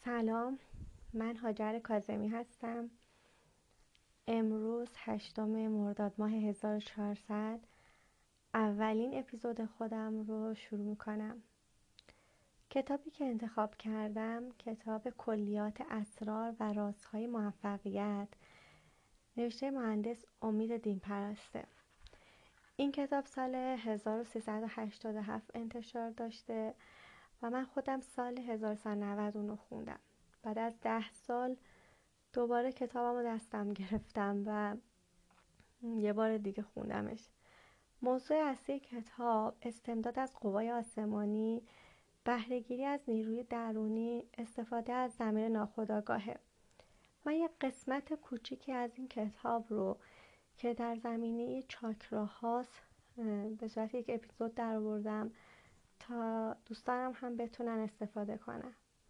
سلام، من هاجر کاظمی هستم. امروز 8 مرداد ماه 1400 اولین اپیزود خودم رو شروع میکنم. کتابی که انتخاب کردم کتاب کلیات اسرار و رازهای موفقیت، نوشته مهندس امید دینپرسته. این کتاب سال 1387 انتشار داشته و من خودم سال 1390 اونو خوندم. بعد از 10 سال دوباره کتابم رو دستم گرفتم و یه بار دیگه خوندمش. موضوع اصلی کتاب استمداد از قوای آسمانی، بهره‌گیری از نیروی درونی، استفاده از ضمیر ناخودآگاهه. من یه قسمت کوچیکی از این کتاب رو که در زمینه چاکراهاست به صورت یک اپیزود در آوردم تا دوستانم هم بتونن استفاده کنن.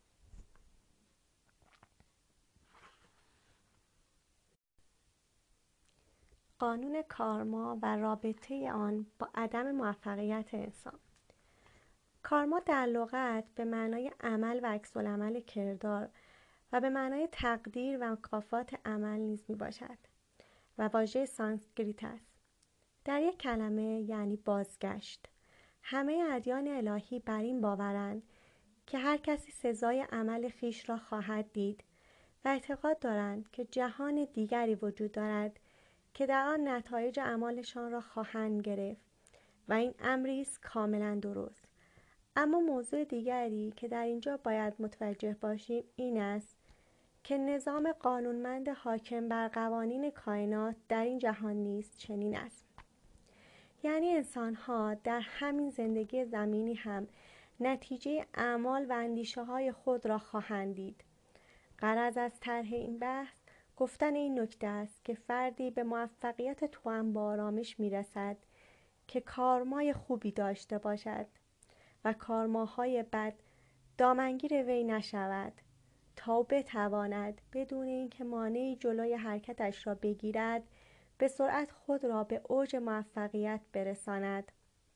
قانون کارما و رابطه آن با عدم موفقیت انسان. کارما در لغت به معنای عمل و عکس‌العمل کردار و به معنای تقدیر و مکافات عمل نیز می باشد و واژه سانسکریت است. در یک کلمه یعنی بازگشت. همه ادیان الهی بر این باورند که هر کسی سزای عمل خویش را خواهد دید و اعتقاد دارند که جهان دیگری وجود دارد که در آن نتایج اعمالشان را خواهند گرفت و این امری است کاملا درست. اما موضوع دیگری که در اینجا باید متوجه باشیم این است که نظام قانونمند حاکم بر قوانین کائنات در این جهان نیز چنین است. یعنی انسان‌ها در همین زندگی زمینی هم نتیجه اعمال و اندیشه‌های خود را خواهند دید. غرض از طرح این بحث گفتن این نکته است که فردی به موفقیت توأم با آرامش میرسد که کارمای خوبی داشته باشد و کارماهای بد دامنگیر وی نشود تا بتواند بدون اینکه مانعی جلوی حرکتش را بگیرد به سرعت خود را به اوج موفقیت برساند.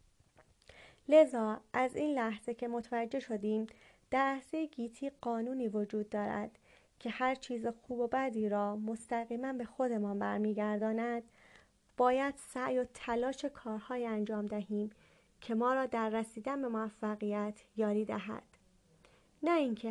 لذا از این لحظه که متوجه شدیم در عرصه گیتی قانونی وجود دارد که هر چیز خوب و بدی را مستقیما به خودمان برمیگرداند، باید سعی و تلاش کارهای انجام دهیم که ما را در رسیدن به موفقیت یاری دهد، نه اینکه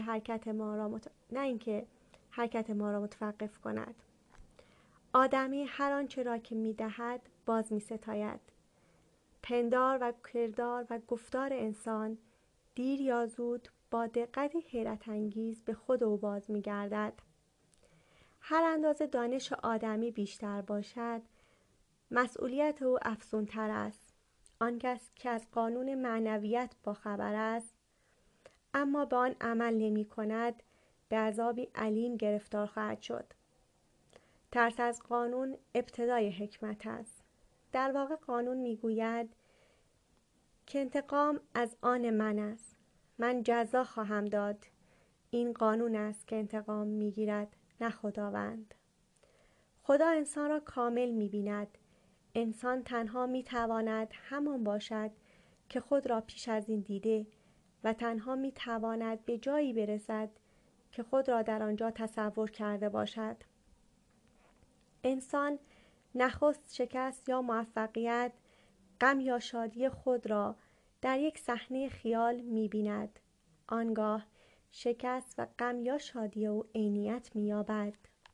حرکت ما را متوقف کند. آدمی هر آنچه را که می‌دهد باز می‌ستاید. پندار و کردار و گفتار انسان دیر یا زود با دقتی حیرت انگیز به خود او باز می گردد. هر اندازه دانش آدمی بیشتر باشد، مسئولیت او افزونتر است. آن کس که از قانون معنویت باخبر است اما به آن عمل نمی کند، به عذابی علیم گرفتار خواهد شد. ترس از قانون ابتدای حکمت است. در واقع قانون می گوید که انتقام از آن من است. من جزا خواهم داد. این قانون است که انتقام میگیرد، نه خداوند. خدا انسان را کامل می‌بیند. انسان تنها می‌تواند همان باشد که خود را پیش از این دیده و تنها می‌تواند به جایی برسد که خود را در آنجا تصور کرده باشد. انسان نخست شکست یا موفقیت، غم یا شادی خود را در یک صحنه خیال می‌بیند. آنگاه شکست و غم یا شادی او عینیت می‌یابد.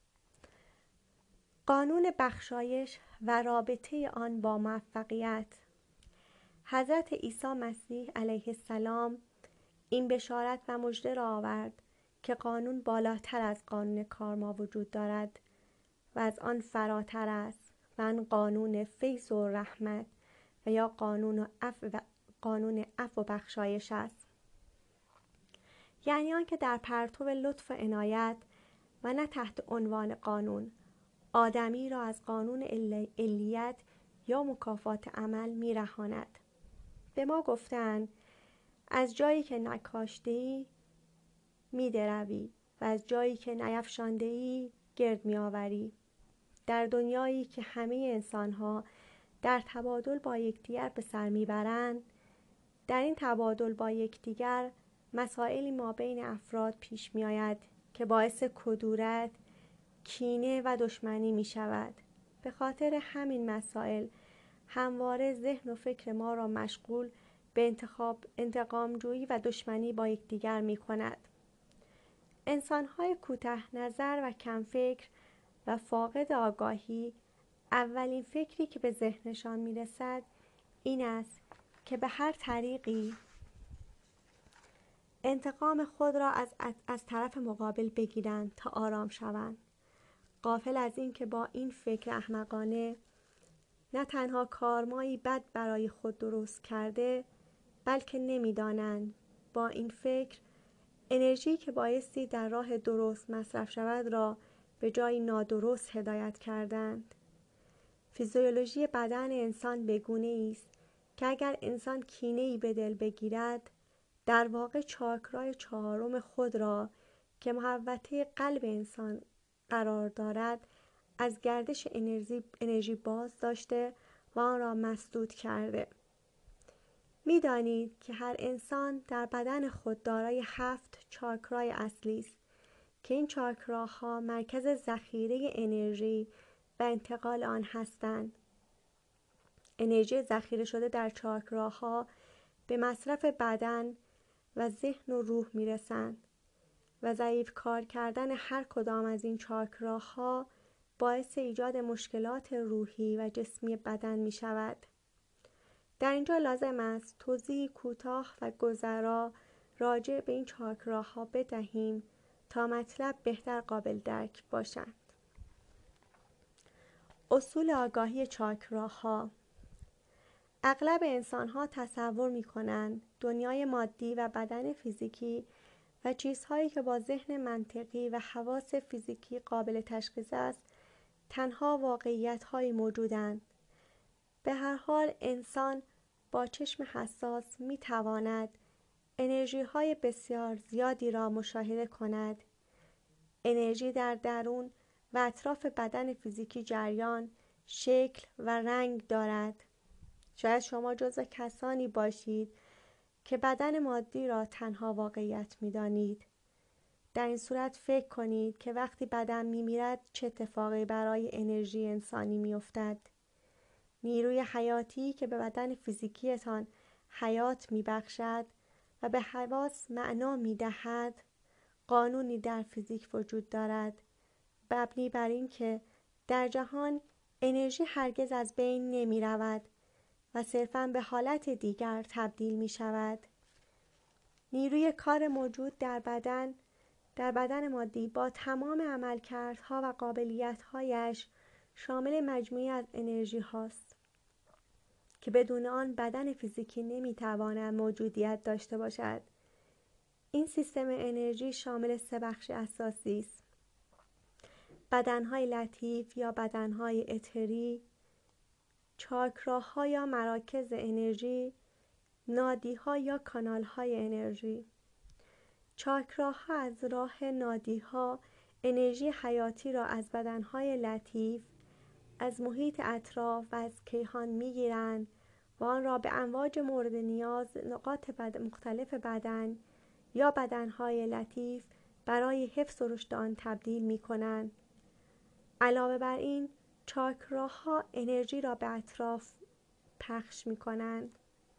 قانون بخشایش و رابطه آن با موفقیت. حضرت عیسی مسیح علیه السلام این بشارت و مژده را آورد که قانون بالاتر از قانون کارما وجود دارد و از آن فراتر است و آن قانون فیض و رحمت و یا قانون عفو و بخشایش است. یعنی آنکه در پرتو لطف و عنایت و نه تحت عنوان قانون آدمی را از قانون علیت یا مکافات عمل میرهاند. به ما گفتند از جایی که نکاشته‌ای میدروی و از جایی که نیفشانده‌ای گرد میآوری. در دنیایی که همه انسان‌ها در تبادل با یکدیگر به سر میبرند، در این تبادل با یکدیگر مسائلی ما بین افراد پیش می آید که باعث کدورت، کینه و دشمنی می شود. به خاطر همین مسائل همواره ذهن و فکر ما را مشغول به انتقامجویی و دشمنی با یکدیگر می کند. انسان‌های کوته نظر و کم فکر و فاقد آگاهی اولین فکری که به ذهنشان می رسد این است که به هر طریقی انتقام خود را از طرف مقابل بگیرند تا آرام شوند، غافل از این که با این فکر احمقانه نه تنها کارمایی بد برای خود درست کرده، بلکه نمی‌دانند با این فکر انرژی که بایستی در راه درست مصرف شود را به جای نادرست هدایت کردند. فیزیولوژی بدن انسان بگونه است که اگر انسان کینه‌ای به دل بگیرد، در واقع چاکرای چهارم خود را که محوطه قلب انسان قرار دارد از گردش انرژی باز داشته و آن را مسدود کرده. می‌دانید که هر انسان در بدن خود دارای 7 چاکرای اصلی است که این چاکراها مرکز ذخیره انرژی و انتقال آن هستند. انرژی ذخیره شده در چاکراها به مصرف بدن و ذهن و روح میرسند و ضعیف کار کردن هر کدام از این چاکراها باعث ایجاد مشکلات روحی و جسمی بدن می شود. در اینجا لازم است توضیح کوتاه و گذرا راجع به این چاکراها بدهیم تا مطلب بهتر قابل درک باشد. اصول آگاهی چاکراها. اغلب انسان‌ها تصور می‌کنند دنیای مادی و بدن فیزیکی و چیزهایی که با ذهن منطقی و حواس فیزیکی قابل تشخیص است تنها واقعیت‌هایی موجودند. به هر حال انسان با چشم حساس می‌تواند انرژی‌های بسیار زیادی را مشاهده کند. انرژی در درون و اطراف بدن فیزیکی جریان، شکل و رنگ دارد. شاید شما جزو کسانی باشید که بدن مادی را تنها واقعیت می‌دانید. در این صورت فکر کنید که وقتی بدن می‌میرد چه اتفاقی برای انرژی انسانی می‌افتد. نیروی حیاتی که به بدن فیزیکیتان حیات می‌بخشد و به حواس معنا می‌دهد، قانونی در فیزیک وجود دارد مبنی بر این که در جهان انرژی هرگز از بین نمی‌رود و صرفاً به حالت دیگر تبدیل می‌شود. نیروی کار موجود در بدن مادی با تمام عملکردها و قابلیت‌هایش شامل مجموعی از انرژی هاست که بدون آن بدن فیزیکی نمی‌تواند موجودیت داشته باشد. این سیستم انرژی شامل 3 بخش اساسی است: بدن‌های لطیف یا بدن‌های اتری، چاکراها یا مراکز انرژی، نادی‌ها یا کانال‌های انرژی. چاکراها از راه نادی‌ها انرژی حیاتی را از بدن‌های لطیف، از محیط اطراف و از کیهان می‌گیرند و آن را به امواج مورد نیاز نقاط مختلف بدن یا بدن‌های لطیف برای حفظ و رشد آن تبدیل می‌کنند. علاوه بر این، چاکراها انرژی را به اطراف پخش می‌کنند.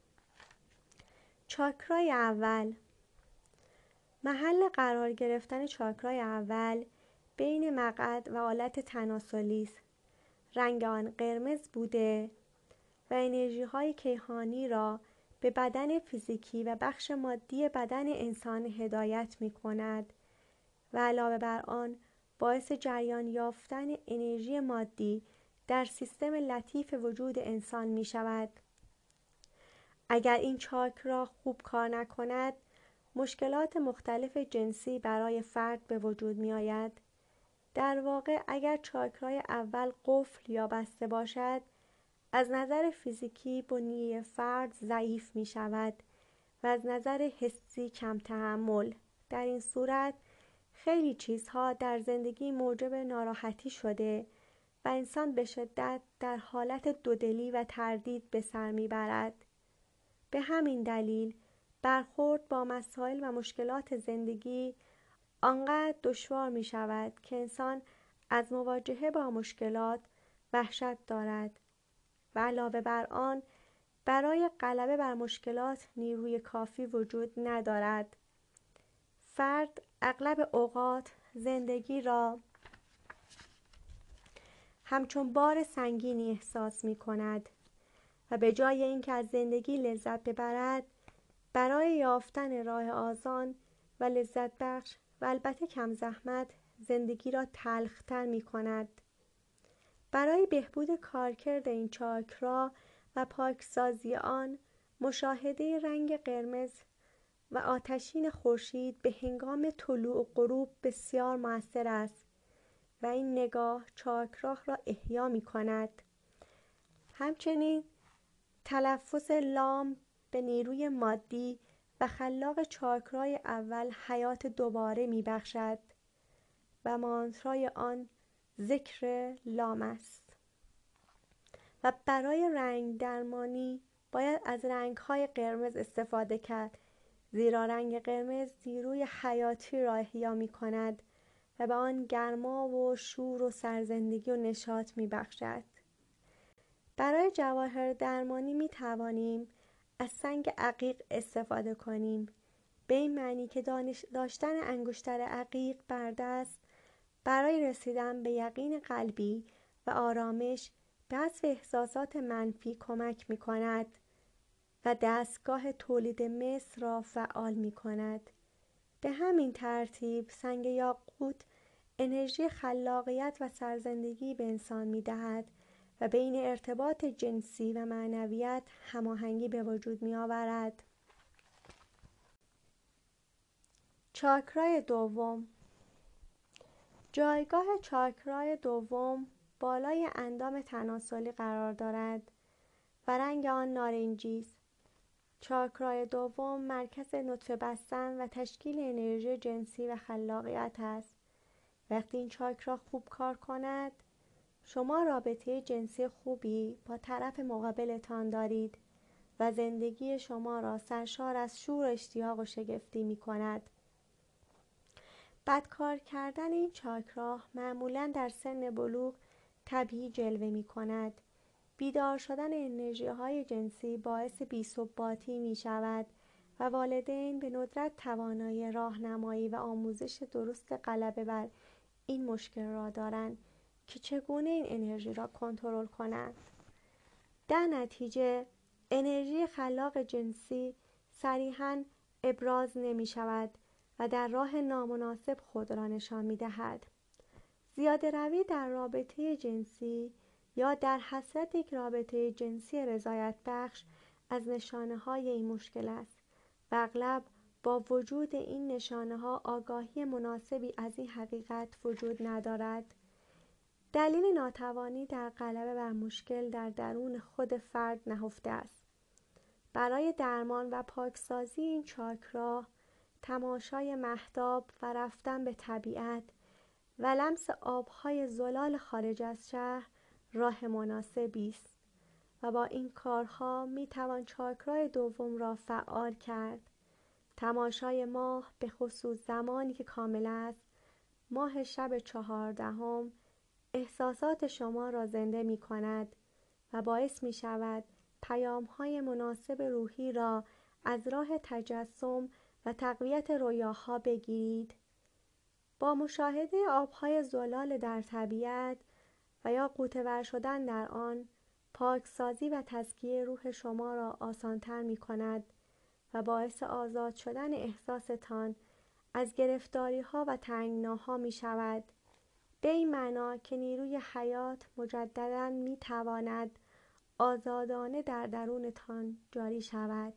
چاکرای اول. محل قرار گرفتن چاکرای اول بین مقعد و آلت تناسلی است. رنگ آن قرمز بوده و انرژی‌های کیهانی را به بدن فیزیکی و بخش مادی بدن انسان هدایت می‌کند و علاوه بر آن باعث جریان یافتن انرژی مادی در سیستم لطیف وجود انسان می‌شود. اگر این چاکرا خوب کار نکند، مشکلات مختلف جنسی برای فرد به وجود می‌آید. در واقع اگر چاکرای اول قفل یا بسته باشد، از نظر فیزیکی بنیه فرد ضعیف می‌شود و از نظر حسی کم تحمل. در این صورت خیلی چیزها در زندگی موجب ناراحتی شده و انسان به شدت در حالت دودلی و تردید به سر میبرد. به همین دلیل برخورد با مسائل و مشکلات زندگی آنقدر دشوار می شود که انسان از مواجهه با مشکلات وحشت دارد و علاوه بر آن برای غلبه بر مشکلات نیروی کافی وجود ندارد. فرد اغلب اوقات زندگی را همچون بار سنگینی احساس می کند و به جای اینکه از زندگی لذت ببرد، برای یافتن راه آسان و لذت بخش و البته کم زحمت زندگی را تلختر می کند. برای بهبود کارکرد این چاکرا و پاکسازی آن، مشاهده رنگ قرمز و آتشین خورشید به هنگام طلوع و غروب بسیار مؤثر است و این نگاه چاکرا را احیا می کند. همچنین تلفظ لام به نیروی مادی و خلاق چاکرای اول حیات دوباره می بخشد و مانترای آن ذکر لام است. و برای رنگ درمانی باید از رنگ‌های قرمز استفاده کرد، زیرا رنگ قرمز نیروی حیاتی را احیا می کند و به آن گرما و شور و سرزندگی و نشاط می بخشد. برای جواهر درمانی می توانیم از سنگ عقیق استفاده کنیم، به این معنی که داشتن انگشتر عقیق بر دست برای رسیدن به یقین قلبی و آرامش به حذف احساسات منفی کمک می کند و دستگاه تولید مس را فعال می کند. به همین ترتیب سنگ یاقوت انرژی خلاقیت و سرزندگی به انسان می دهد و بین ارتباط جنسی و معنویت هماهنگی به وجود می آورد. چاکرای دوم. جایگاه چاکرای دوم بالای اندام تناسلی قرار دارد و رنگ آن نارنجی است. چاکرای دوم مرکز نطفه بستن و تشکیل انرژی جنسی و خلاقیت است. وقتی این چاکرا خوب کار کند، شما رابطه جنسی خوبی با طرف مقابلتان دارید و زندگی شما را سرشار از شور و اشتیاق و شگفتی می کند. بدکار کردن این چاکرا معمولاً در سن بلوغ طبیعی جلوه می کند. بیدار شدن انرژی های جنسی باعث بی‌ثباتی می شود و والدین به ندرت توانایی راهنمایی و آموزش درست غلبه بر این مشکل را دارند که چگونه این انرژی را کنترل کنند. در نتیجه انرژی خلاق جنسی صریحاً ابراز نمی شود و در راه نامناسب خود را نشان می دهد. زیاده روی در رابطه جنسی یا در حسرت یک رابطه جنسی رضایت بخش از نشانه های این مشکل است و اغلب با وجود این نشانه ها آگاهی مناسبی از این حقیقت وجود ندارد. دلیل ناتوانی در غلبه بر مشکل در درون خود فرد نهفته است. برای درمان و پاکسازی این چاکرا، تماشای مهتاب و رفتن به طبیعت و لمس آبهای زلال خارج از شهر راه مناسبی است و با این کارها می توان چاکرای دوم را فعال کرد. تماشای ماه، به خصوص زمانی که کامل است، ماه شب 14، احساسات شما را زنده می کند و باعث می شود پیام‌های مناسب روحی را از راه تجسم و تقویت رویاها بگیرید. با مشاهده آبهای زلال در طبیعت و یا غوطه‌ور شدن در آن، پاکسازی و تزکیه روح شما را آسان‌تر می کند و باعث آزاد شدن احساستان از گرفتاری‌ها و تنگناها می شود. به این معنا که نیروی حیات مجدداً می تواند آزادانه در درونتان جاری شود.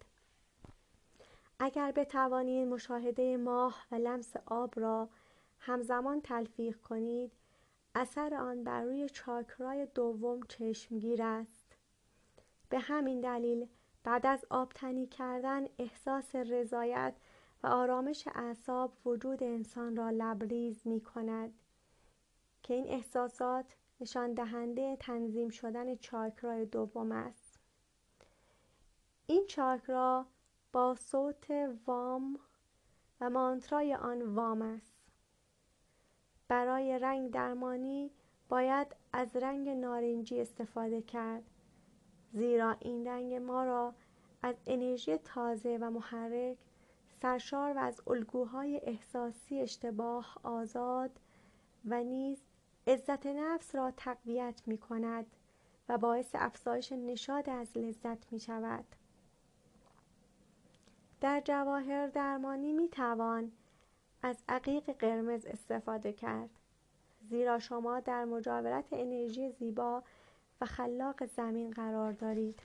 اگر بتوانید مشاهده ماه و لمس آب را همزمان تلفیق کنید، اثر آن بر روی چاکرای دوم چشمگیر است. به همین دلیل بعد از آبتنی کردن احساس رضایت و آرامش اعصاب وجود انسان را لبریز می کند که این احساسات نشان دهنده تنظیم شدن چاکرای دوم است. این چاکرا با صوت وام و مانترای آن وام است. برای رنگ درمانی باید از رنگ نارنجی استفاده کرد، زیرا این رنگ ما را از انرژی تازه و محرک، سرشار و از الگوهای احساسی اشتباه آزاد و نیز عزت نفس را تقویت می کند و باعث افزایش نشاط از لذت می شود. در جواهر درمانی می توان از عقیق قرمز استفاده کرد، زیرا شما در مجاورت انرژی زیبا و خلاق زمین قرار دارید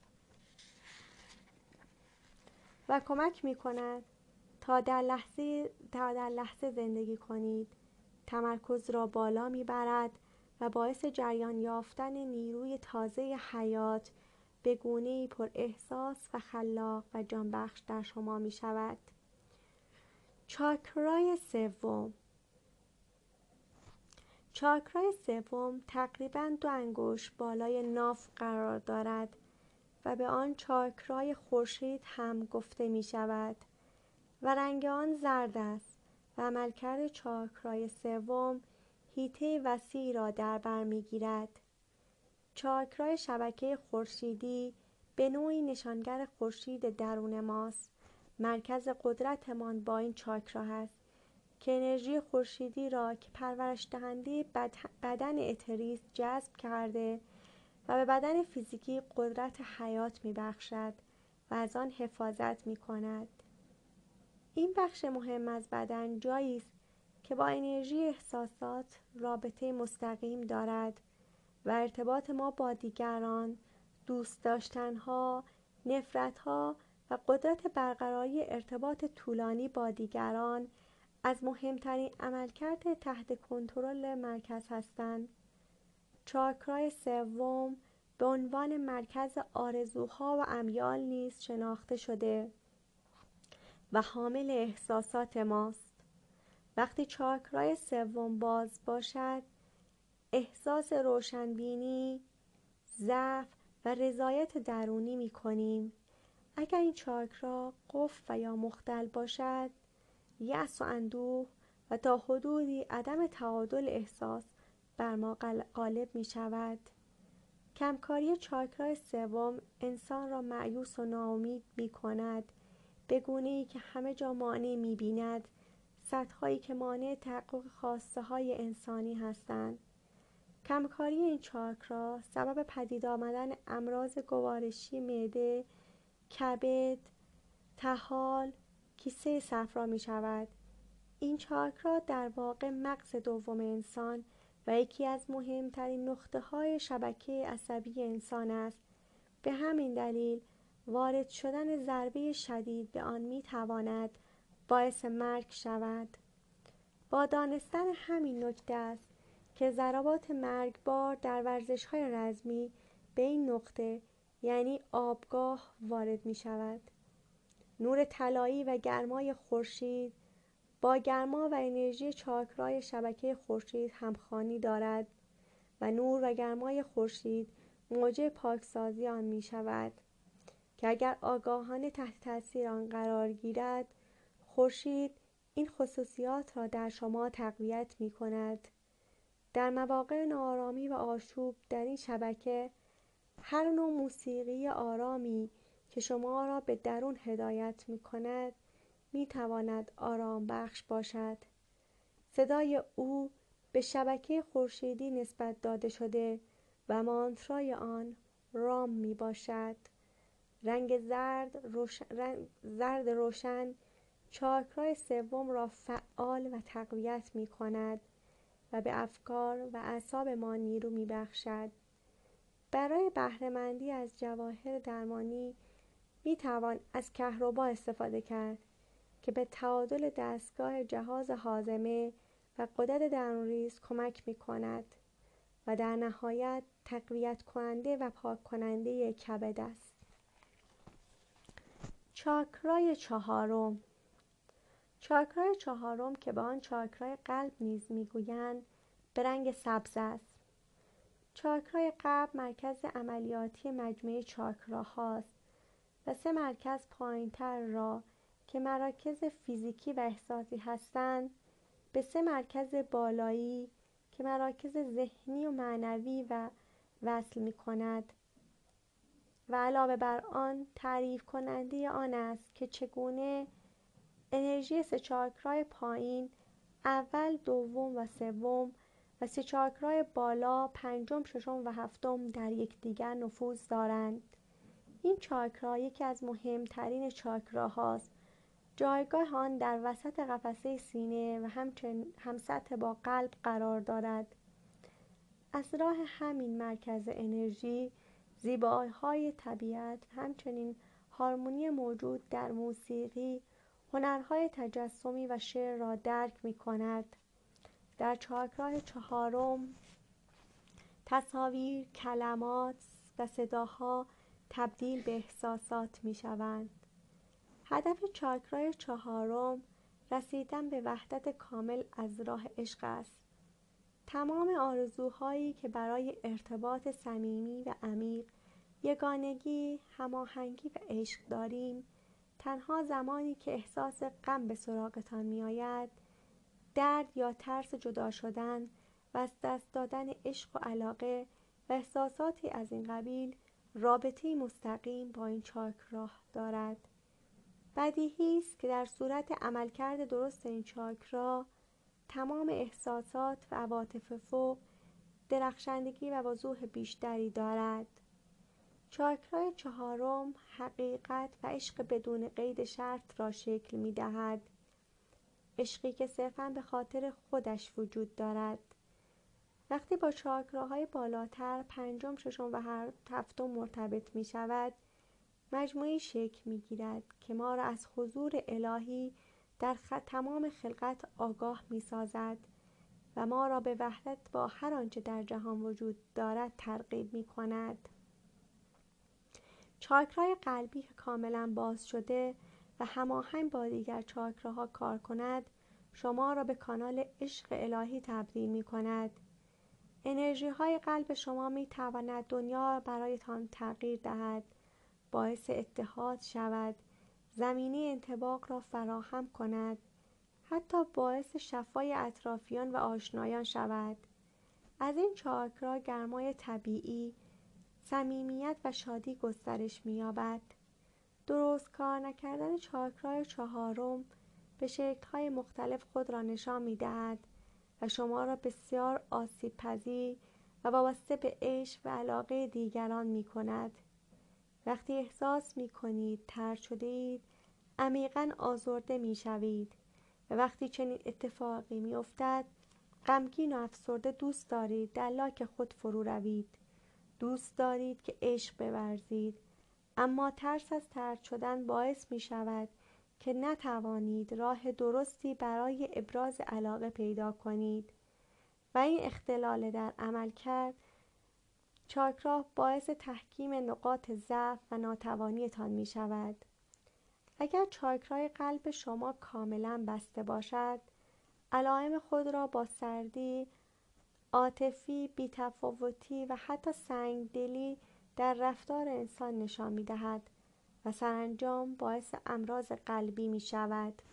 و کمک می کند تا در لحظه زندگی کنید. تمرکز را بالا می برد و باعث جریان یافتن نیروی تازه حیات به گونه‌ای پر احساس و خلاق و جانبخش در شما می شود. چاکرای سوم. چاکرای سوم تقریباً 2 انگشت بالای ناف قرار دارد و به آن چاکرای خورشید هم گفته می شود و رنگ آن زرد است و عملکرد چاکرای سوم حیطه وسیعی را در بر می‌گیرد. چاکرای شبکه خورشیدی به نوعی نشانگر خورشید درون ماست. مرکز قدرتمان با این چاکرا هست که انرژی خورشیدی را که پرورش دهنده بدن اتری است جذب کرده و به بدن فیزیکی قدرت حیات می‌بخشد و از آن حفاظت می‌کند. این بخش مهم از بدن جایی است که با انرژی احساسات رابطه مستقیم دارد و ارتباط ما با دیگران، دوست داشتنها، نفرتها و قدرت برقراری ارتباط طولانی با دیگران از مهمترین عملکرد تحت کنترل مرکز هستند. چاکرای سوم به عنوان مرکز آرزوها و امیال نیز شناخته شده و حامل احساسات ماست. وقتی چاکرای سوم باز باشد، احساس روشنبینی، ضعف و رضایت درونی می کنیم. اگر این چاکرا قفل و یا مختل باشد، یأس و اندوه و تا حدودی عدم تعادل احساس بر ما غالب می شود. کمکاری چاکرای سوم انسان را مایوس و ناامید می کند، به گونه‌ای که همه جا مانع می بیند، سطح‌هایی که مانع تحقق خواسته های انسانی هستند. کمکاری این چاکرا سبب پدید آمدن امراض گوارشی معده، کبد، طحال، کیسه صفرا می شود. این چاکرا در واقع مغز دوم انسان و یکی از مهمترین نقطه‌های شبکه عصبی انسان است. به همین دلیل وارد شدن ضربه شدید به آن می تواند باعث مرگ شود. با دانستن همین نکته است که ضربات مرگبار در ورزش‌های رزمی به این نقطه یعنی آبگاه وارد می شود. نور طلایی و گرمای خورشید با گرما و انرژی چاکرای شبکه خورشید همخوانی دارد و نور و گرمای خورشید موجب پاکسازی آن می شود که اگر آگاهانه تحت تاثیر آن قرار گیرد، خورشید این خصوصیات را در شما تقویت می کند. در مواقع ناآرامی و آشوب در این شبکه، هر نوع موسیقی آرامی که شما را به درون هدایت می کند می تواند آرام بخش باشد. صدای او به شبکه خورشیدی نسبت داده شده و مانترای آن رام می باشد. رنگ زرد روشن چاکرای سوم را فعال و تقویت می کند و به افکار و اعصاب ما نیرو می بخشد. برای بهره‌مندی از جواهر درمانی می توان از کهربا استفاده کرد که به تعادل دستگاه جهاز هاضمه و غدد درون‌ریز کمک می کند و در نهایت تقویت کننده و پاک کننده کبد است. چاکرای چهارم. چاکرای چهارم که به آن چاکرای قلب نیز میگویند به رنگ سبز است. چاکرای قلب مرکز عملیاتی مجموعه چاکراهاست و 3 مرکز پایین‌تر را که مراکز فیزیکی و احساسی هستند به 3 مرکز بالایی که مراکز ذهنی و معنوی و وصل می‌کند و علاوه بر آن تعریف کننده آن است که چگونه انرژی 3 چاکرای پایین اول، دوم و سوم و 3 چاکرای بالا پنجم، ششم و هفتم در یکدیگر نفوذ دارند. این چاکرا یکی از مهمترین چاکراهاست. جایگاه آن در وسط قفسه سینه و هم سطح با قلب قرار دارد. از راه همین مرکز انرژی زیبایی‌های طبیعت و همچنین هارمونی موجود در موسیقی، هنرهای تجسمی و شعر را درک می‌کند. در چاکرای چهارم تصاویر، کلمات و صداها تبدیل به احساسات می‌شوند. هدف چاکرای چهارم رسیدن به وحدت کامل از راه عشق است. تمام آرزوهایی که برای ارتباط صمیمی و عمیق، یگانگی، هماهنگی و عشق داریم، تنها زمانی که احساس غم به سراغتان می‌آید، درد یا ترس جدا شدن و از دست دادن عشق و علاقه و احساساتی از این قبیل، رابطه‌ای مستقیم با این چاکرا دارد. بدیهی است که در صورت عملکرد درست این چاکرا، تمام احساسات و عواطف فوق درخشندگی و وضوح بیشتری دارد. چاکرای چهارم حقیقت و عشق بدون قید شرط را شکل می دهد. عشقی که صرفاً به خاطر خودش وجود دارد. وقتی با چاکراهای بالاتر پنجم، ششم و هفتم مرتبط می شود، مجموعی شکل می گیرد که ما را از حضور الهی در تمام خلقت آگاه می سازد و ما را به وحدت با هر آنچه در جهان وجود دارد ترغیب می کند. چاکرای قلبی که کاملا باز شده و هماهنگ با دیگر چاکراها کار کند، شما را به کانال عشق الهی تبدیل می کند. انرژی های قلب شما می تواند دنیا را برایتان تغییر دهد، باعث اتحاد شود، زمینه انطباق را فراهم کند، حتی باعث شفای اطرافیان و آشنایان شود. از این چاکرا گرمای طبیعی، صمیمیت و شادی گسترش می‌یابد. درست کار نکردن چاکرای چهارم به شکل‌های مختلف خود را نشان می‌دهد و شما را بسیار آسیب‌پذیر و وابسته به عشق و علاقه دیگران می‌کند. وقتی احساس می‌کنید طرد شده‌اید، عمیقاً آزرده می‌شوید و وقتی چنین اتفاقی می‌افتد، غمگین و افسرده دوست دارید در لاک خود فرو روید. دوست دارید که عشق بورزید، اما ترس از طرد شدن باعث می‌شود که نتوانید راه درستی برای ابراز علاقه پیدا کنید و این اختلال در عملکرد چاکرا باعث تحکیم نقاط ضعف و ناتوانیتان می شود. اگر چاکرای قلب شما کاملا بسته باشد، علائم خود را با سردی، عاطفی، بی‌تفاوتی و حتی سنگدلی در رفتار انسان نشان می دهد و سرانجام باعث امراض قلبی می شود.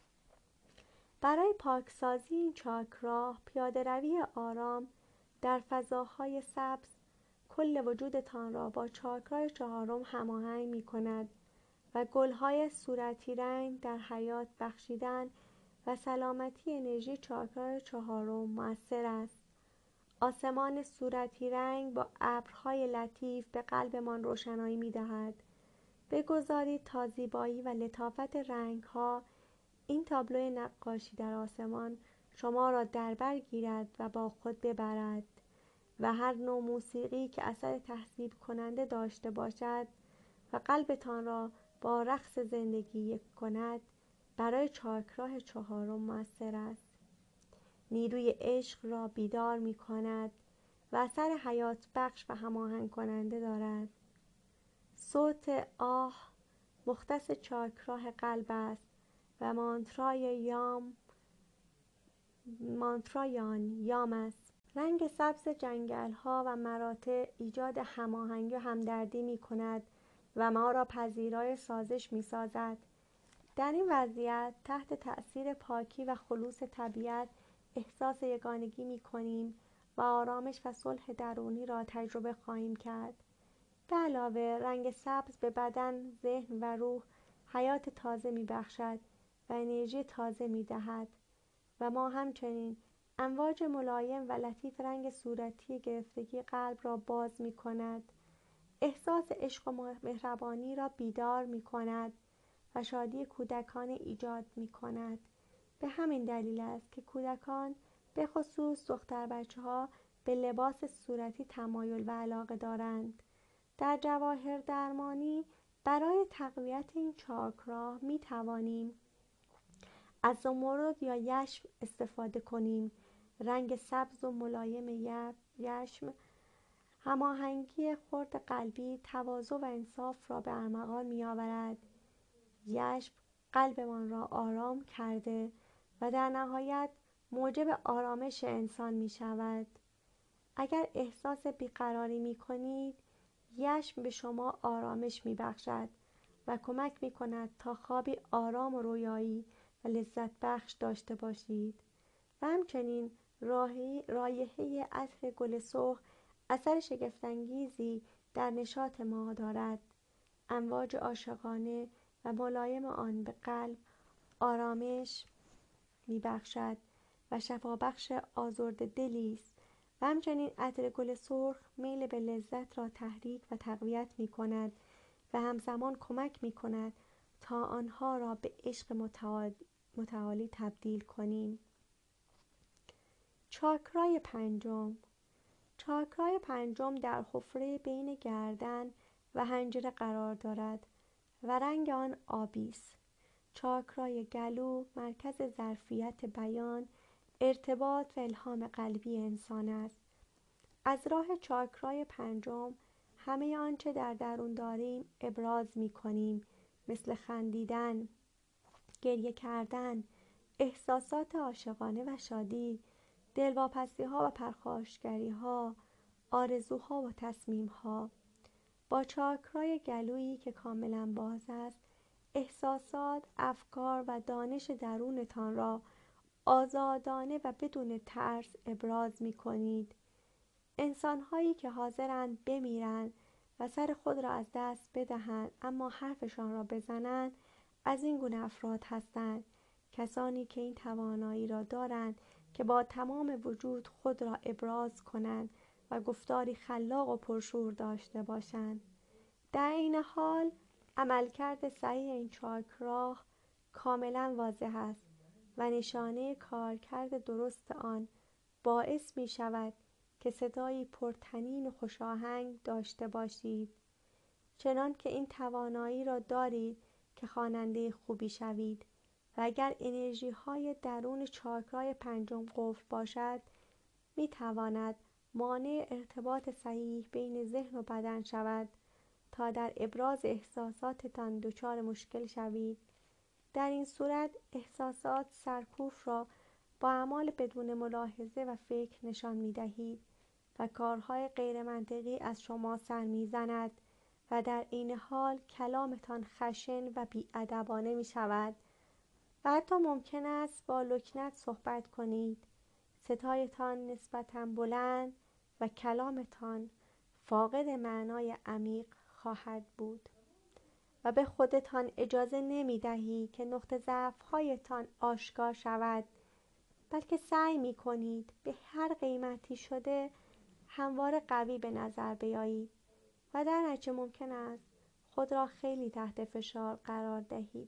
برای پاکسازی این چاکرا، پیاده‌روی آرام در فضاهای سبز کل وجودتان را با چاکرای چهارم هماهنگ می کند و گل‌های صورتی رنگ در حیات بخشیدن و سلامتی انرژی چاکرای چهارم مؤثر است. آسمان صورتی رنگ با ابرهای لطیف به قلبمان روشنایی می دهد. بگذارید تا زیبایی و لطافت رنگ‌ها، این تابلو نقاشی در آسمان، شما را در بر گیرد و با خود ببرد و هر نوع موسیقی که اثر تهذیب کننده داشته باشد و قلبتان را با رقص زندگی یک کند، برای چاکرای چهارم مؤثر است. نیروی عشق را بیدار می کند و اثر حیات بخش و هماهنگ کننده دارد. صوت آه مختص چاکرای قلب است و مانترای آن یام است. رنگ سبز جنگل ها و مراتع ایجاد هماهنگی و همدردی می کند و ما را پذیرای سازش می‌سازد. در این وضعیت تحت تأثیر پاکی و خلوص طبیعت احساس یگانگی می‌کنیم و آرامش و صلح درونی را تجربه خواهیم کرد. به علاوه رنگ سبز به بدن، ذهن و روح حیات تازه می‌بخشد و انرژی تازه می‌دهد و ما همچنین امواج ملایم و لطیف رنگ صورتی گرفتگی قلب را باز می‌کند. احساس عشق و مهربانی را بیدار می‌کند و شادی کودکانه ایجاد می‌کند. به همین دلیل است که کودکان به خصوص دختر بچه‌ها به لباس صورتی تمایل و علاقه دارند. در جواهر درمانی برای تقویت این چاکرا می توانیم از زمرد یا یشم استفاده کنیم. رنگ سبز و ملایم یشم هماهنگی خرد قلبی، تواضع و انصاف را به ارمغان می آورد. یشم قلبمان را آرام کرده و در نهایت موجب آرامش انسان می شود. اگر احساس بیقراری می کنید، یشم به شما آرامش می بخشد و کمک می کند تا خوابی آرام و رویایی و لذت بخش داشته باشید. و همچنین رایحه عطر گل سرخ اثر شگفت‌انگیزی در نشاط ما دارد. امواج عاشقانه و ملایم آن به قلب آرامش می بخشد و شفابخش آزرده دلی است. و همچنین عطر گل سرخ میل به لذت را تحریک و تقویت می کند و همزمان کمک می کند تا آنها را به عشق متعالی تبدیل کنیم. چاکرای پنجم. چاکرای پنجم در حفره بین گردن و حنجره قرار دارد و رنگ آن آبی است. چاکرای گلو مرکز ظرفیت بیان، ارتباط و الهام قلبی انسان است. از راه چاکرای پنجم همه آنچه در درون داریم ابراز می کنیم، مثل خندیدن، گریه کردن، احساسات عاشقانه و شادی، دلواپسی‌ها و پرخاشگری‌ها، آرزوها و تصمیم‌ها. با چاکرای گلویی که کاملا باز است، احساسات، افکار و دانش درونتان را آزادانه و بدون ترس ابراز می کنید. انسان‌هایی که حاضرند بمیرند و سر خود را از دست بدهند اما حرفشان را بزنند، از این گونه افراد هستند. کسانی که این توانایی را دارند که با تمام وجود خود را ابراز کنند و گفتاری خلاق و پرشور داشته باشند. در این حال عملکرد صحیح این چاکرا کاملا واضح است و نشانه کارکرد درست آن باعث می شود که صدایی پرطنین و خوشاهنگ داشته باشید. چنان که این توانایی را دارید که خواننده خوبی شوید و اگر انرژی های درون چاکرای پنجم قفل باشد، می تواند مانع ارتباط صحیح بین ذهن و بدن شود تا در ابراز احساساتتان دچار مشکل شوید. در این صورت احساسات سرکوف را با اعمال بدون ملاحظه و فکر نشان می دهید و کارهای غیر منطقی از شما سر می زند و در این حال کلامتان خشن و بی‌ادبانه می شود و حتی ممکن است با لکنت صحبت کنید. صدایتان نسبتاً بلند و کلامتان فاقد معنای عمیق خواهد بود و به خودتان اجازه نمی دهید که نقطه ضعف‌هایتان آشکار شود، بلکه سعی می کنید به هر قیمتی شده همواره قوی به نظر بیایید و در نتیجه ممکن است خود را خیلی تحت فشار قرار دهید.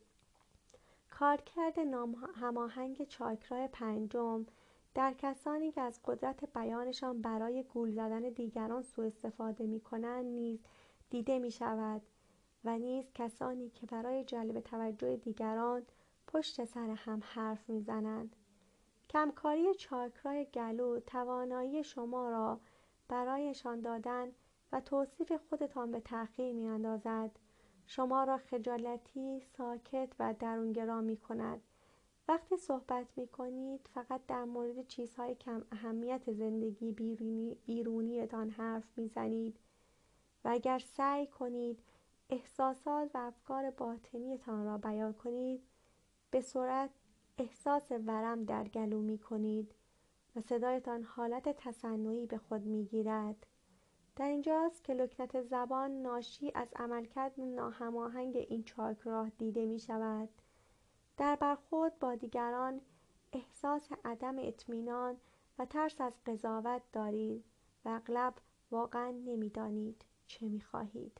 کارکرد هماهنگ چاکرای پنجم در کسانی که از قدرت بیانشان برای گول زدن دیگران سوء استفاده می کنند نیز دیده می شود و نیز کسانی که برای جلب توجه دیگران پشت سر هم حرف می زنند. کمکاری چاکرای گلو توانایی شما را برای نشان دادن و توصیف خودتان به تأخیر می اندازد. شما را خجالتی، ساکت و درونگرا می کند. وقتی صحبت می کنید فقط در مورد چیزهای کم اهمیت زندگی بیرونیتان حرف می زنید و اگر سعی کنید احساسات و افکار باطنیتان را بیان کنید، به سرعت احساس ورم در گلو می کنید و صدایتان حالت تصنعی به خود می گیرد. در اینجاست که لکنت زبان ناشی از عملکرد ناهماهنگ این چاکرا دیده می شود. در برخورد با دیگران احساس عدم اطمینان و ترس از قضاوت دارید و اغلب واقعا نمی‌دانید چه می‌خواهید.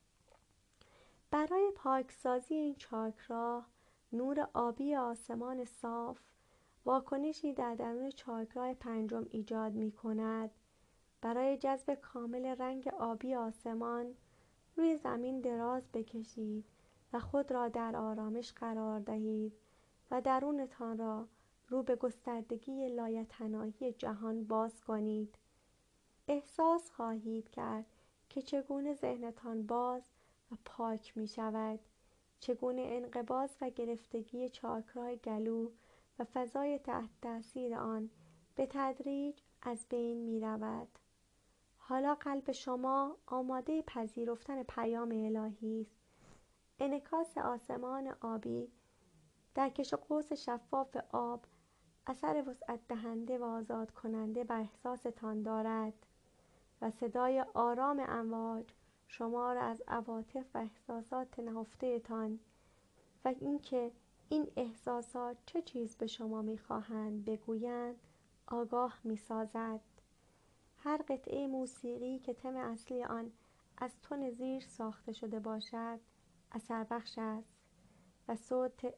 برای پاکسازی این چاکرا، نور آبی آسمان صاف واکنشی در درون چاکرای پنجم ایجاد می‌کند. برای جذب کامل رنگ آبی آسمان، روی زمین دراز بکشید و خود را در آرامش قرار دهید و درونتان را رو به گستردگی لایتناهی جهان باز کنید. احساس خواهید کرد که چگونه ذهنتان باز و پاک می شود، چگونه انقباض و گرفتگی چاکرای گلو و فضای تحت تاثیر آن به تدریج از بین می رود. حالا قلب شما آماده پذیرفتن پیام الهی است. انعکاس آسمان آبی در کش و قوس شفاف آب اثر وسعت دهنده و آزاد کننده بر احساستان دارد و صدای آرام امواج شما را از عواطف و احساسات نهفته تان و اینکه این احساسات چه چیز به شما می‌خواهند بگویند آگاه می‌سازد. هر قطعه موسیقی که تم اصلی آن از تون زیر ساخته شده باشد اثر بخش است و صوت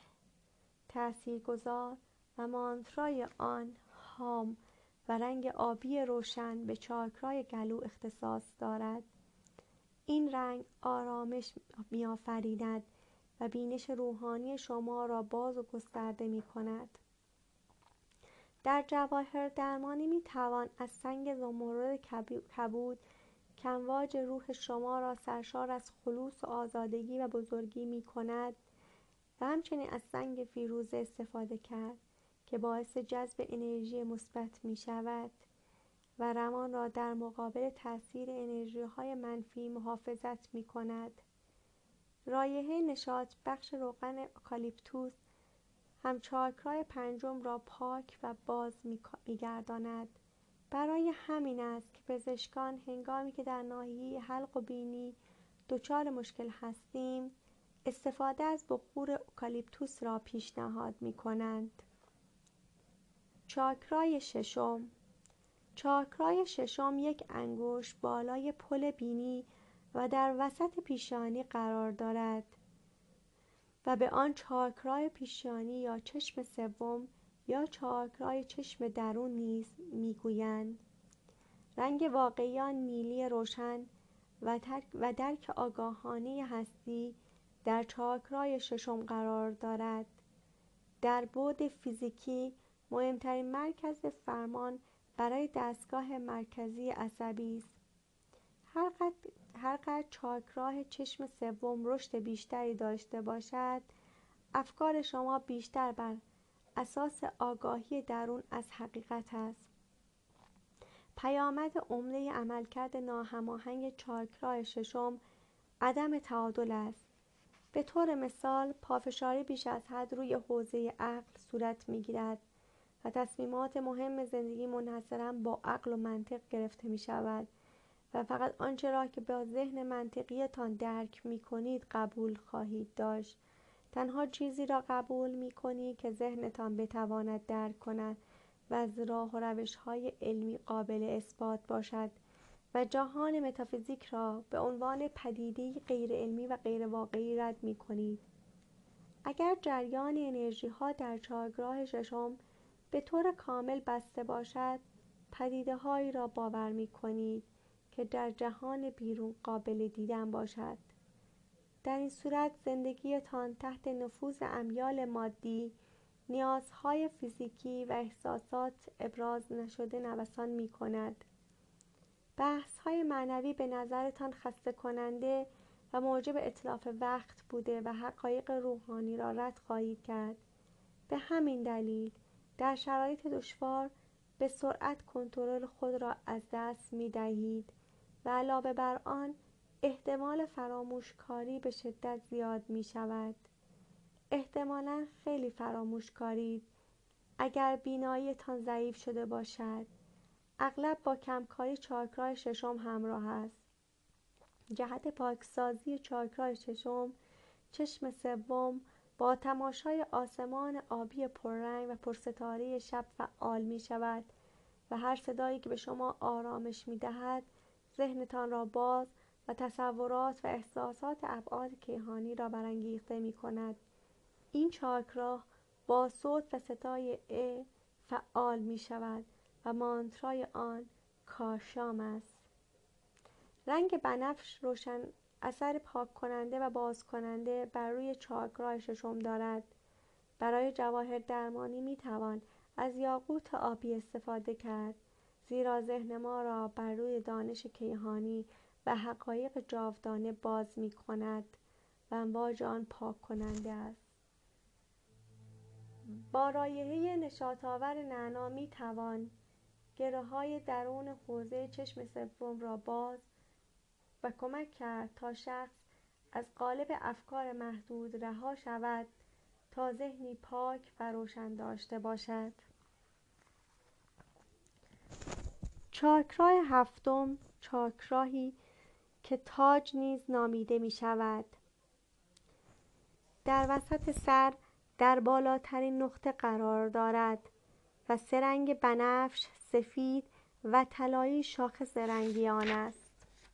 تأثیرگذار و مانترای آن هام و رنگ آبی روشن به چاکرای گلو اختصاص دارد. این رنگ آرامش می‌آفریند و بینش روحانی شما را باز و گسترده می‌کند. در جواهر درمانی می‌توان از سنگ زمرد کبود که امواج روح شما را سرشار از خلوص و آزادگی و بزرگی می‌کند و همچنین از سنگ فیروزه استفاده کرد که باعث جذب انرژی مثبت می‌شود و رمان را در مقابل تأثیر انرژی‌های منفی محافظت می‌کند. رایحه نشاط بخش روغن اکالیپتوس هم چاکرای پنجم را پاک و باز می‌گرداند. برای همین است که پزشکان هنگامی که در ناحیه حلق و بینی دچار مشکل هستیم استفاده از بخور اکالیپتوس را پیشنهاد می‌کنند. چاکرای ششم. چاکرای ششم یک انگشت بالای پل بینی و در وسط پیشانی قرار دارد و به آن چاکرای پیشانی یا چشم سوم یا چاکرای چشم درون نیز میگویند. رنگ واقعی آن نیلی روشن و درک آگاهانه هستی در چاکرای ششم قرار دارد. در بعد فیزیکی مهمترین مرکز فرمان برای دستگاه مرکزی عصبی است. هر قدر چاکرای چشم سوم رشد بیشتری داشته باشد، افکار شما بیشتر بر اساس آگاهی درون از حقیقت است. پیامد عمده عملکرد ناهماهنگ چاکرای ششم عدم تعادل است. به طور مثال پافشاری بیش از حد روی حوزه عقل صورت می‌گیرد و تصمیمات مهم زندگی منحصراً با عقل و منطق گرفته می‌شود و فقط آنچه را که با ذهن منطقی‌تان درک می‌کنید قبول خواهید داشت. تنها چیزی را قبول می‌کنید که ذهنتان بتواند درک کند و از راه و روش‌های علمی قابل اثبات باشد و جهان متافیزیک را به عنوان پدیده‌ای غیر علمی و غیر واقعی رد می‌کنید. اگر جریان انرژی‌ها در چاکرای ششم به طور کامل بسته باشد، پدیده‌هایی را باور می‌کنید که در جهان بیرون قابل دیدن باشد. در این صورت زندگیتان تحت نفوذ امیال مادی، نیازهای فیزیکی و احساسات ابراز نشده نوسان می‌کند. بحث‌های معنوی به نظرتان خسته کننده و موجب اتلاف وقت بوده و حقایق روحانی را رد خواهید کرد. به همین دلیل در شرایط دشوار به سرعت کنترل خود را از دست می‌دهید و علاوه بر آن احتمال فراموشکاری به شدت زیاد می شود. احتمالاً خیلی فراموش کارید اگر بیناییتان ضعیف شده باشد. اغلب با کمکاری چاکرای ششم همراه است. جهت پاکسازی چاکرای ششم، چشم سوم با تماشای آسمان آبی پررنگ و پرستاره شب فعال می شود و هر صدایی که به شما آرامش می دهد ذهنتان را باز و تصورات و احساسات ابعاد کیهانی را برانگیخته می کند. این چاکرا با صوت و صدای ا فعال می شود و مانترای آن کاشام است. رنگ بنفش روشن اثر پاک کننده و باز کننده بر روی چاکرای ششم دارد. برای جواهر درمانی می توان از یاقوت آبی استفاده کرد، زیرا ذهن ما را بر روی دانش کیهانی و حقایق جاودانه باز می کند و امواج آن پاک کننده است. با رایحه نشاط‌آور نعنا می توان گره‌های درون حوزه چشم سوم را باز و کمک کرد تا شخص از قالب افکار محدود رها شود تا ذهنی پاک و روشن داشته باشد. چاکرای هفتم چاکرایی که تاج نیز نامیده می شود. در وسط سر در بالاترین نقطه قرار دارد و سه رنگ بنفش، سفید و طلایی شاخص رنگی آن است.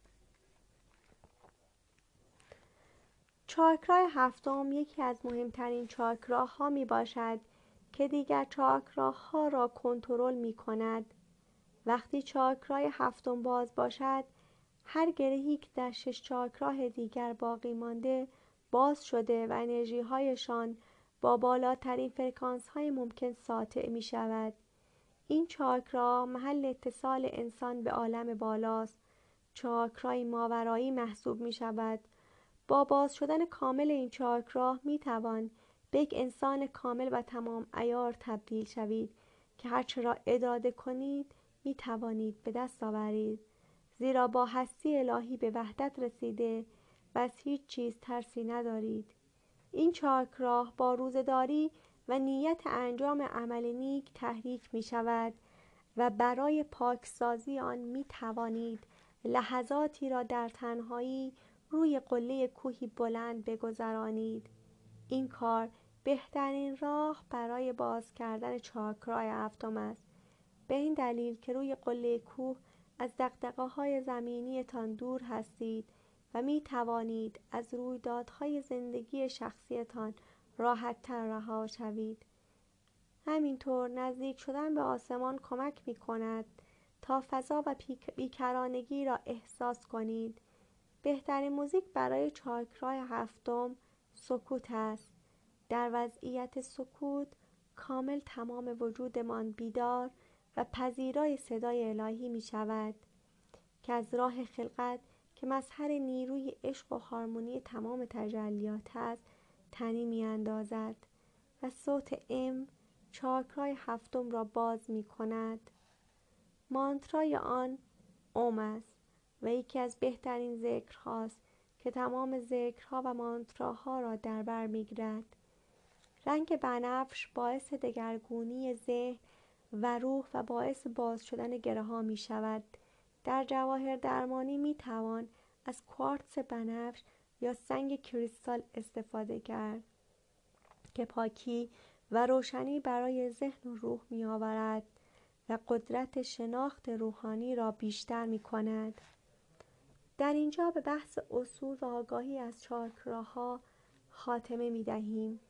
چاکرای هفتم یکی از مهمترین چاکراها می باشد که دیگر چاکراها را کنترل می کند. وقتی چاکرای هفتم باز باشد، هر گرهی که در 6 چاکراه دیگر باقی مانده باز شده و انرژی‌هایشان با بالاترین فرکانس‌های ممکن ساطع می شود. این چاکرا محل اتصال انسان به عالم بالاست. چاکرای ماورایی محسوب می شود. با باز شدن کامل این چاکرا می توان به یک انسان کامل و تمام عیار تبدیل شوید که هرچه را اراده کنید می توانید به دست آورید، زیرا با هستی الهی به وحدت رسیده و از هیچ چیز ترسی ندارید. این چاکرا با روزه‌داری و نیت انجام عمل نیک تحریک می شود و برای پاکسازی آن می توانید لحظاتی را در تنهایی روی قله کوهی بلند بگذرانید. این کار بهترین راه برای باز کردن چاکرای هفتم است، به این دلیل که روی قله کوه از دغدغه‌های زمینی‌تان دور هستید و می توانید از رویدادهای زندگی شخصیتان راحت‌تر رها شوید. همینطور نزدیک شدن به آسمان کمک می کند تا فضا و بیکرانگی را احساس کنید. بهترین موزیک برای چاکرای هفتم سکوت است. در وضعیت سکوت کامل تمام وجودمان بیدار و پذیرای صدای الهی می شود که از راه خلقت که مظهر نیروی عشق و هارمونی تمام تجلیات است تنی می اندازد و صوت ام چاکرای هفتم را باز می کند. مانترای آن اوم است و یکی از بهترین ذکرهاست که تمام ذکرها و مانتراها را در بر می‌گیرد. رنگ بنفش باعث دگرگونی ذهن و روح و باعث باز شدن گره‌ها می شود. در جواهر درمانی می توان از کوارتز بنفش یا سنگ کریستال استفاده کرد که پاکی و روشنی برای ذهن و روح می آورد و قدرت شناخت روحانی را بیشتر می کند. در اینجا به بحث اصول و آگاهی از چاکراها خاتمه می دهیم.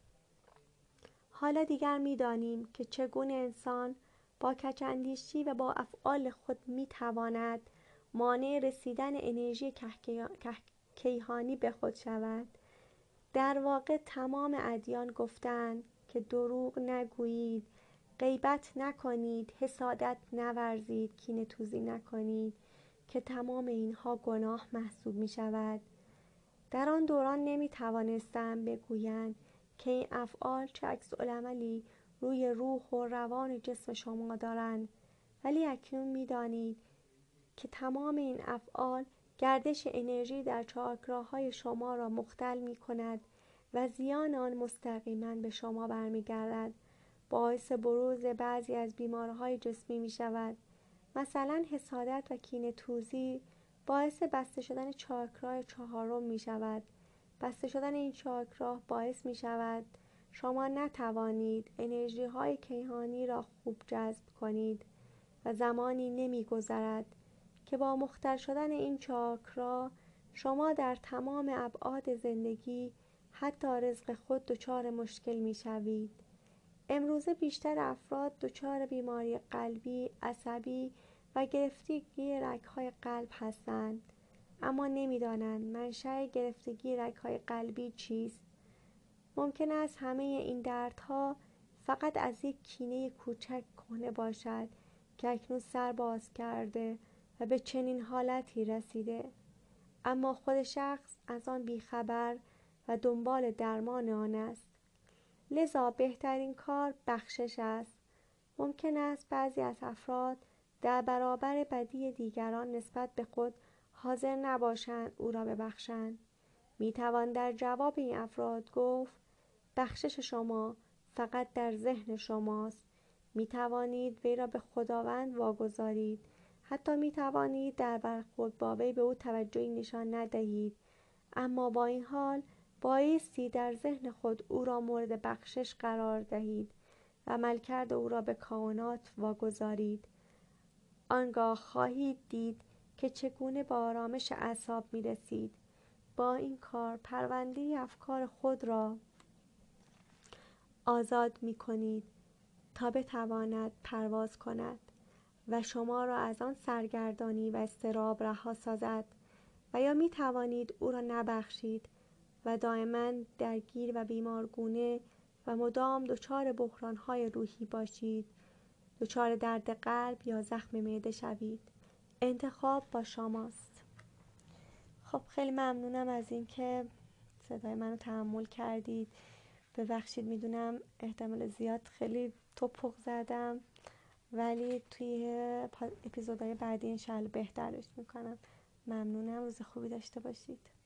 حالا دیگر می دانیم که چگونه انسان با کج‌اندیشی و با افعال خود می تواند مانع رسیدن انرژی کیهانی به خود شود. در واقع تمام ادیان گفتند که دروغ نگویید، غیبت نکنید، حسادت نورزید، کینه‌توزی نکنید که تمام اینها گناه محسوب می شود. در آن دوران نمی توانستند بگویند که این افعال چه عکس‌العملی روی روح و روان جسم شما دارند، ولی اکنون می دانید که تمام این افعال گردش انرژی در چاکراهای شما را مختل می کند و زیان آن مستقیما به شما برمیگردد. باعث بروز بعضی از بیماری‌های جسمی می شود. مثلا حسادت و کینه‌توزی باعث بسته شدن چاکرای چهارم می شود. بسته شدن این چاکرا باعث می شود شما نتوانید انرژی های کیهانی را خوب جذب کنید و زمانی نمی گذرد که با مختل شدن این چاکرا شما در تمام ابعاد زندگی حتی رزق خود دچار مشکل می شوید. امروزه بیشتر افراد دچار بیماری قلبی، عصبی و گرفتگی رگ‌های قلب هستند، اما نمی‌دانند منشأ گرفتگی رگ‌های قلبی چیست. ممکن است همه این دردها فقط از یک کینه کوچک کهنه باشد که اکنون سر باز کرده و به چنین حالتی رسیده، اما خود شخص از آن بیخبر و دنبال درمان آن است. لذا بهترین کار بخشش است. ممکن است بعضی از افراد در برابر بدی دیگران نسبت به خود حاضر نباشند او را ببخشند. می توان در جواب این افراد گفت بخشش شما فقط در ذهن شماست. می توانید وی را به خداوند واگذارید. حتی می توانید در برخورد با وی به او توجهی نشان ندهید، اما با این حال بایستی در ذهن خود او را مورد بخشش قرار دهید و عملکرد او را به کائنات واگذارید. آنگاه خواهید دید که چگونه به آرامش اعصاب می رسید. با این کار پرونده افکار خود را آزاد می کنید تا بتواند پرواز کند و شما را از آن سرگردانی و اضطراب رها سازد، و یا می توانید او را نبخشید و دائما درگیر و بیمارگونه و مدام دچار بحران‌های روحی باشید، دچار درد قلب یا زخم معده شوید. انتخاب با شماست. خب خیلی ممنونم از اینکه صدای منو تحمل کردید. ببخشید، میدونم احتمال زیاد خیلی توپق زدم، ولی توی اپیزودهای بعدی انشالله بهترش میکنم. ممنونم، روز خوبی داشته باشید.